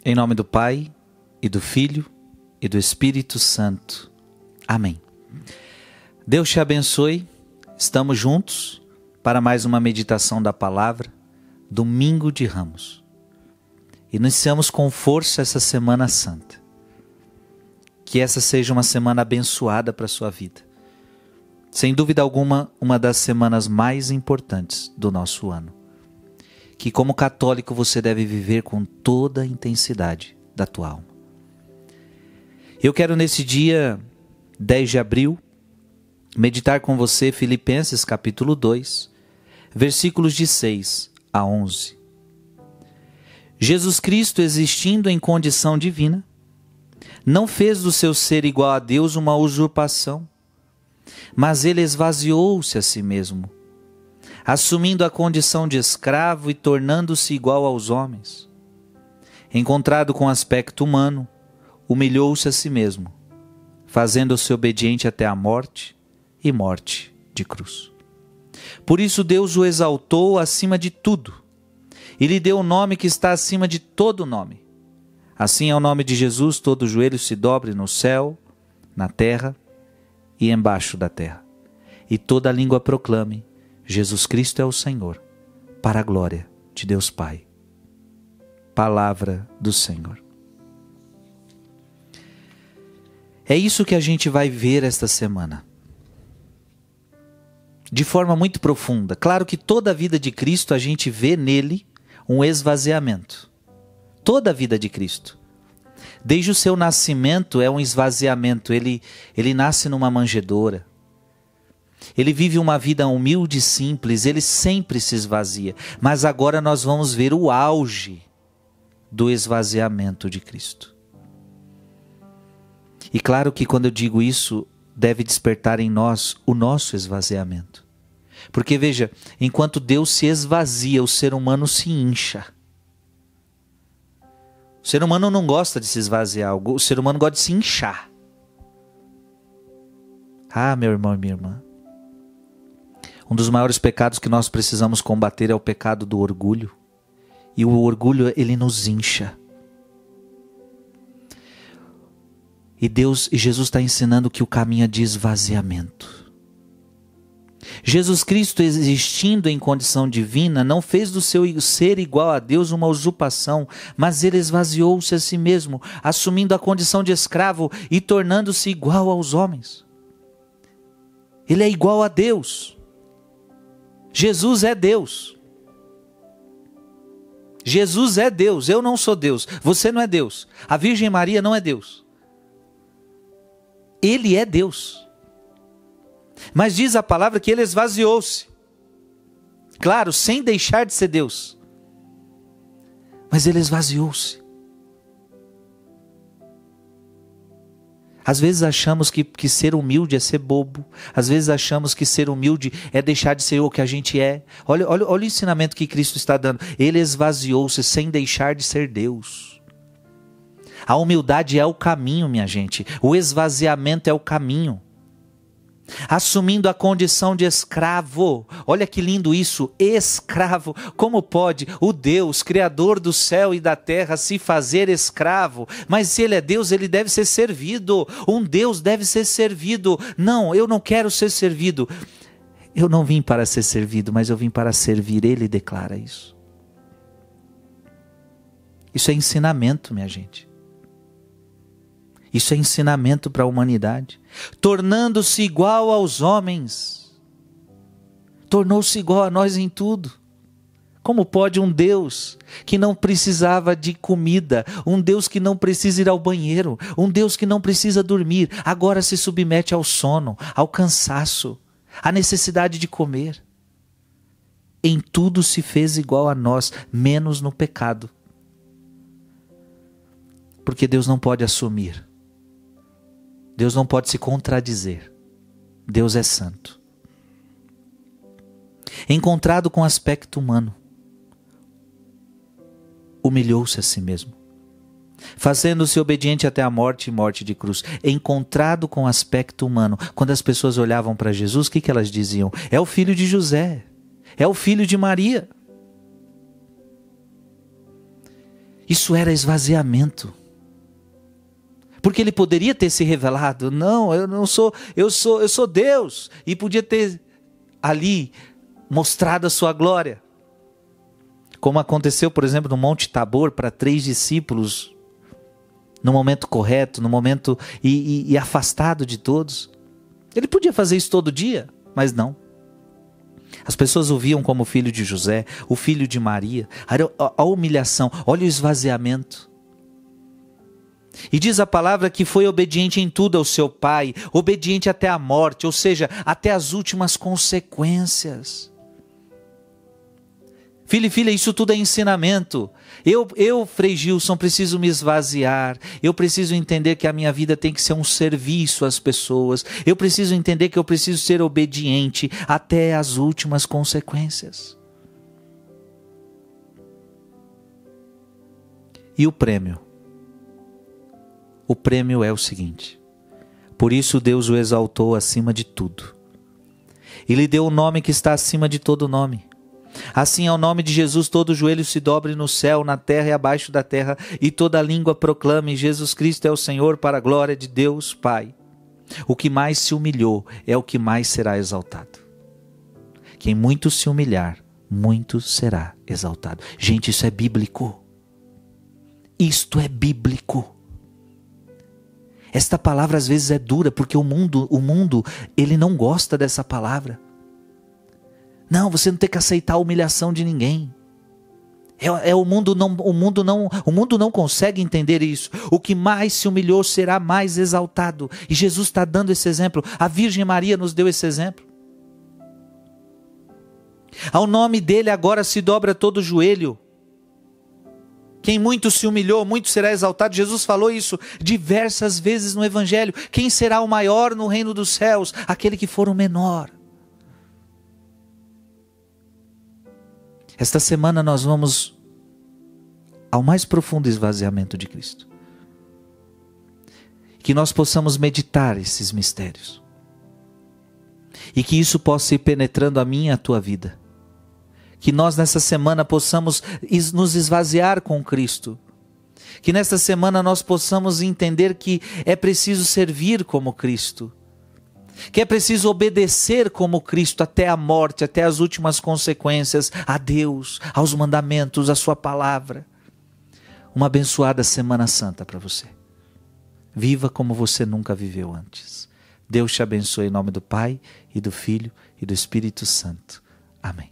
Em nome do Pai, e do Filho, e do Espírito Santo. Amém. Deus te abençoe. Estamos juntos para mais uma meditação da palavra, Domingo de Ramos. Iniciamos com força essa Semana Santa. Que essa seja uma semana abençoada para a sua vida. Sem dúvida alguma, uma das semanas mais importantes do nosso ano. Que como católico você deve viver com toda a intensidade da tua alma. Eu quero nesse dia 10 de abril meditar com você Filipenses capítulo 2, versículos de 6 a 11. Jesus Cristo, existindo em condição divina, não fez do seu ser igual a Deus uma usurpação, mas ele esvaziou-se a si mesmo, assumindo a condição de escravo e tornando-se igual aos homens. Encontrado com aspecto humano, humilhou-se a si mesmo, fazendo-se obediente até a morte e morte de cruz. Por isso Deus o exaltou acima de tudo e lhe deu o nome que está acima de todo nome. Assim, ao nome de Jesus, todo joelho se dobre no céu, na terra e embaixo da terra, e toda língua proclame: Jesus Cristo é o Senhor, para a glória de Deus Pai. Palavra do Senhor. É isso que a gente vai ver esta semana. De forma muito profunda. Claro que toda a vida de Cristo a gente vê nele um esvaziamento. Toda a vida de Cristo. Desde o seu nascimento é um esvaziamento. Ele nasce numa manjedoura. Ele vive uma vida humilde e simples, ele sempre se esvazia. Mas agora nós vamos ver o auge do esvaziamento de Cristo. E claro que quando eu digo isso, deve despertar em nós o nosso esvaziamento. Porque veja, enquanto Deus se esvazia, o ser humano se incha. O ser humano não gosta de se esvaziar, o ser humano gosta de se inchar. Ah, meu irmão e minha irmã. Um dos maiores pecados que nós precisamos combater é o pecado do orgulho. E o orgulho, ele nos incha. E Jesus está ensinando que o caminho é de esvaziamento. Jesus Cristo, existindo em condição divina, não fez do seu ser igual a Deus uma usurpação, mas ele esvaziou-se a si mesmo, assumindo a condição de escravo e tornando-se igual aos homens. Ele é igual a Deus. Jesus é Deus. Jesus é Deus, eu não sou Deus, você não é Deus, a Virgem Maria não é Deus. Ele é Deus. Mas diz a palavra que ele esvaziou-se. Claro, sem deixar de ser Deus. Mas ele esvaziou-se. Às vezes achamos que ser humilde é ser bobo. Às vezes achamos que ser humilde é deixar de ser o que a gente é. Olha o ensinamento que Cristo está dando. Ele esvaziou-se sem deixar de ser Deus. A humildade é o caminho, minha gente. O esvaziamento é o caminho. Assumindo a condição de escravo. Olha que lindo isso, escravo. Como pode o Deus, Criador do céu e da terra, se fazer escravo? Mas se ele é Deus, ele deve ser servido. Um Deus deve ser servido. Não, eu não quero ser servido. Eu não vim para ser servido, mas eu vim para servir. Ele declara isso. Isso é ensinamento, minha gente. Isso é ensinamento para a humanidade. Tornando-se igual aos homens. Tornou-se igual a nós em tudo. Como pode um Deus que não precisava de comida, um Deus que não precisa ir ao banheiro, um Deus que não precisa dormir, agora se submete ao sono, ao cansaço, à necessidade de comer? Em tudo se fez igual a nós, menos no pecado. Porque Deus não pode assumir. Deus não pode se contradizer. Deus é santo. Encontrado com aspecto humano, humilhou-se a si mesmo, fazendo-se obediente até a morte e morte de cruz. Encontrado com aspecto humano. Quando as pessoas olhavam para Jesus, o que elas diziam? É o filho de José, é o filho de Maria. Isso era esvaziamento. Porque ele poderia ter se revelado, não, eu sou Deus, e podia ter ali mostrado a sua glória. Como aconteceu, por exemplo, no Monte Tabor, para 3 discípulos, no momento correto, no momento e afastado de todos. Ele podia fazer isso todo dia, mas não. As pessoas o viam como o filho de José, o filho de Maria. A humilhação, olha o esvaziamento. E diz a palavra que foi obediente em tudo ao seu pai, obediente até a morte, ou seja, até as últimas consequências. Filho e filha, isso tudo é ensinamento. Eu, Frei Gilson, preciso me esvaziar. Eu preciso entender que a minha vida tem que ser um serviço às pessoas. Eu preciso entender que eu preciso ser obediente até as últimas consequências. E o prêmio? O prêmio é o seguinte: por isso Deus o exaltou acima de tudo e lhe deu o nome que está acima de todo nome. Assim, ao nome de Jesus, todo joelho se dobre no céu, na terra e abaixo da terra, e toda língua proclame: Jesus Cristo é o Senhor, para a glória de Deus Pai. O que mais se humilhou é o que mais será exaltado. Quem muito se humilhar, muito será exaltado. Gente, isso é bíblico. Isto é bíblico. Esta palavra às vezes é dura, porque o mundo, ele não gosta dessa palavra. Não, você não tem que aceitar a humilhação de ninguém. O mundo não consegue entender isso. O que mais se humilhou será mais exaltado. E Jesus está dando esse exemplo. A Virgem Maria nos deu esse exemplo. Ao nome dele agora se dobra todo o joelho. Quem muito se humilhou, muito será exaltado. Jesus falou isso diversas vezes no Evangelho. Quem será o maior no reino dos céus? Aquele que for o menor. Esta semana nós vamos ao mais profundo esvaziamento de Cristo. Que nós possamos meditar esses mistérios. E que isso possa ir penetrando a minha e a tua vida. Que nós nessa semana possamos nos esvaziar com Cristo. Que nesta semana nós possamos entender que é preciso servir como Cristo. Que é preciso obedecer como Cristo até a morte, até as últimas consequências, a Deus, aos mandamentos, à sua palavra. Uma abençoada Semana Santa para você. Viva como você nunca viveu antes. Deus te abençoe em nome do Pai, e do Filho, e do Espírito Santo. Amém.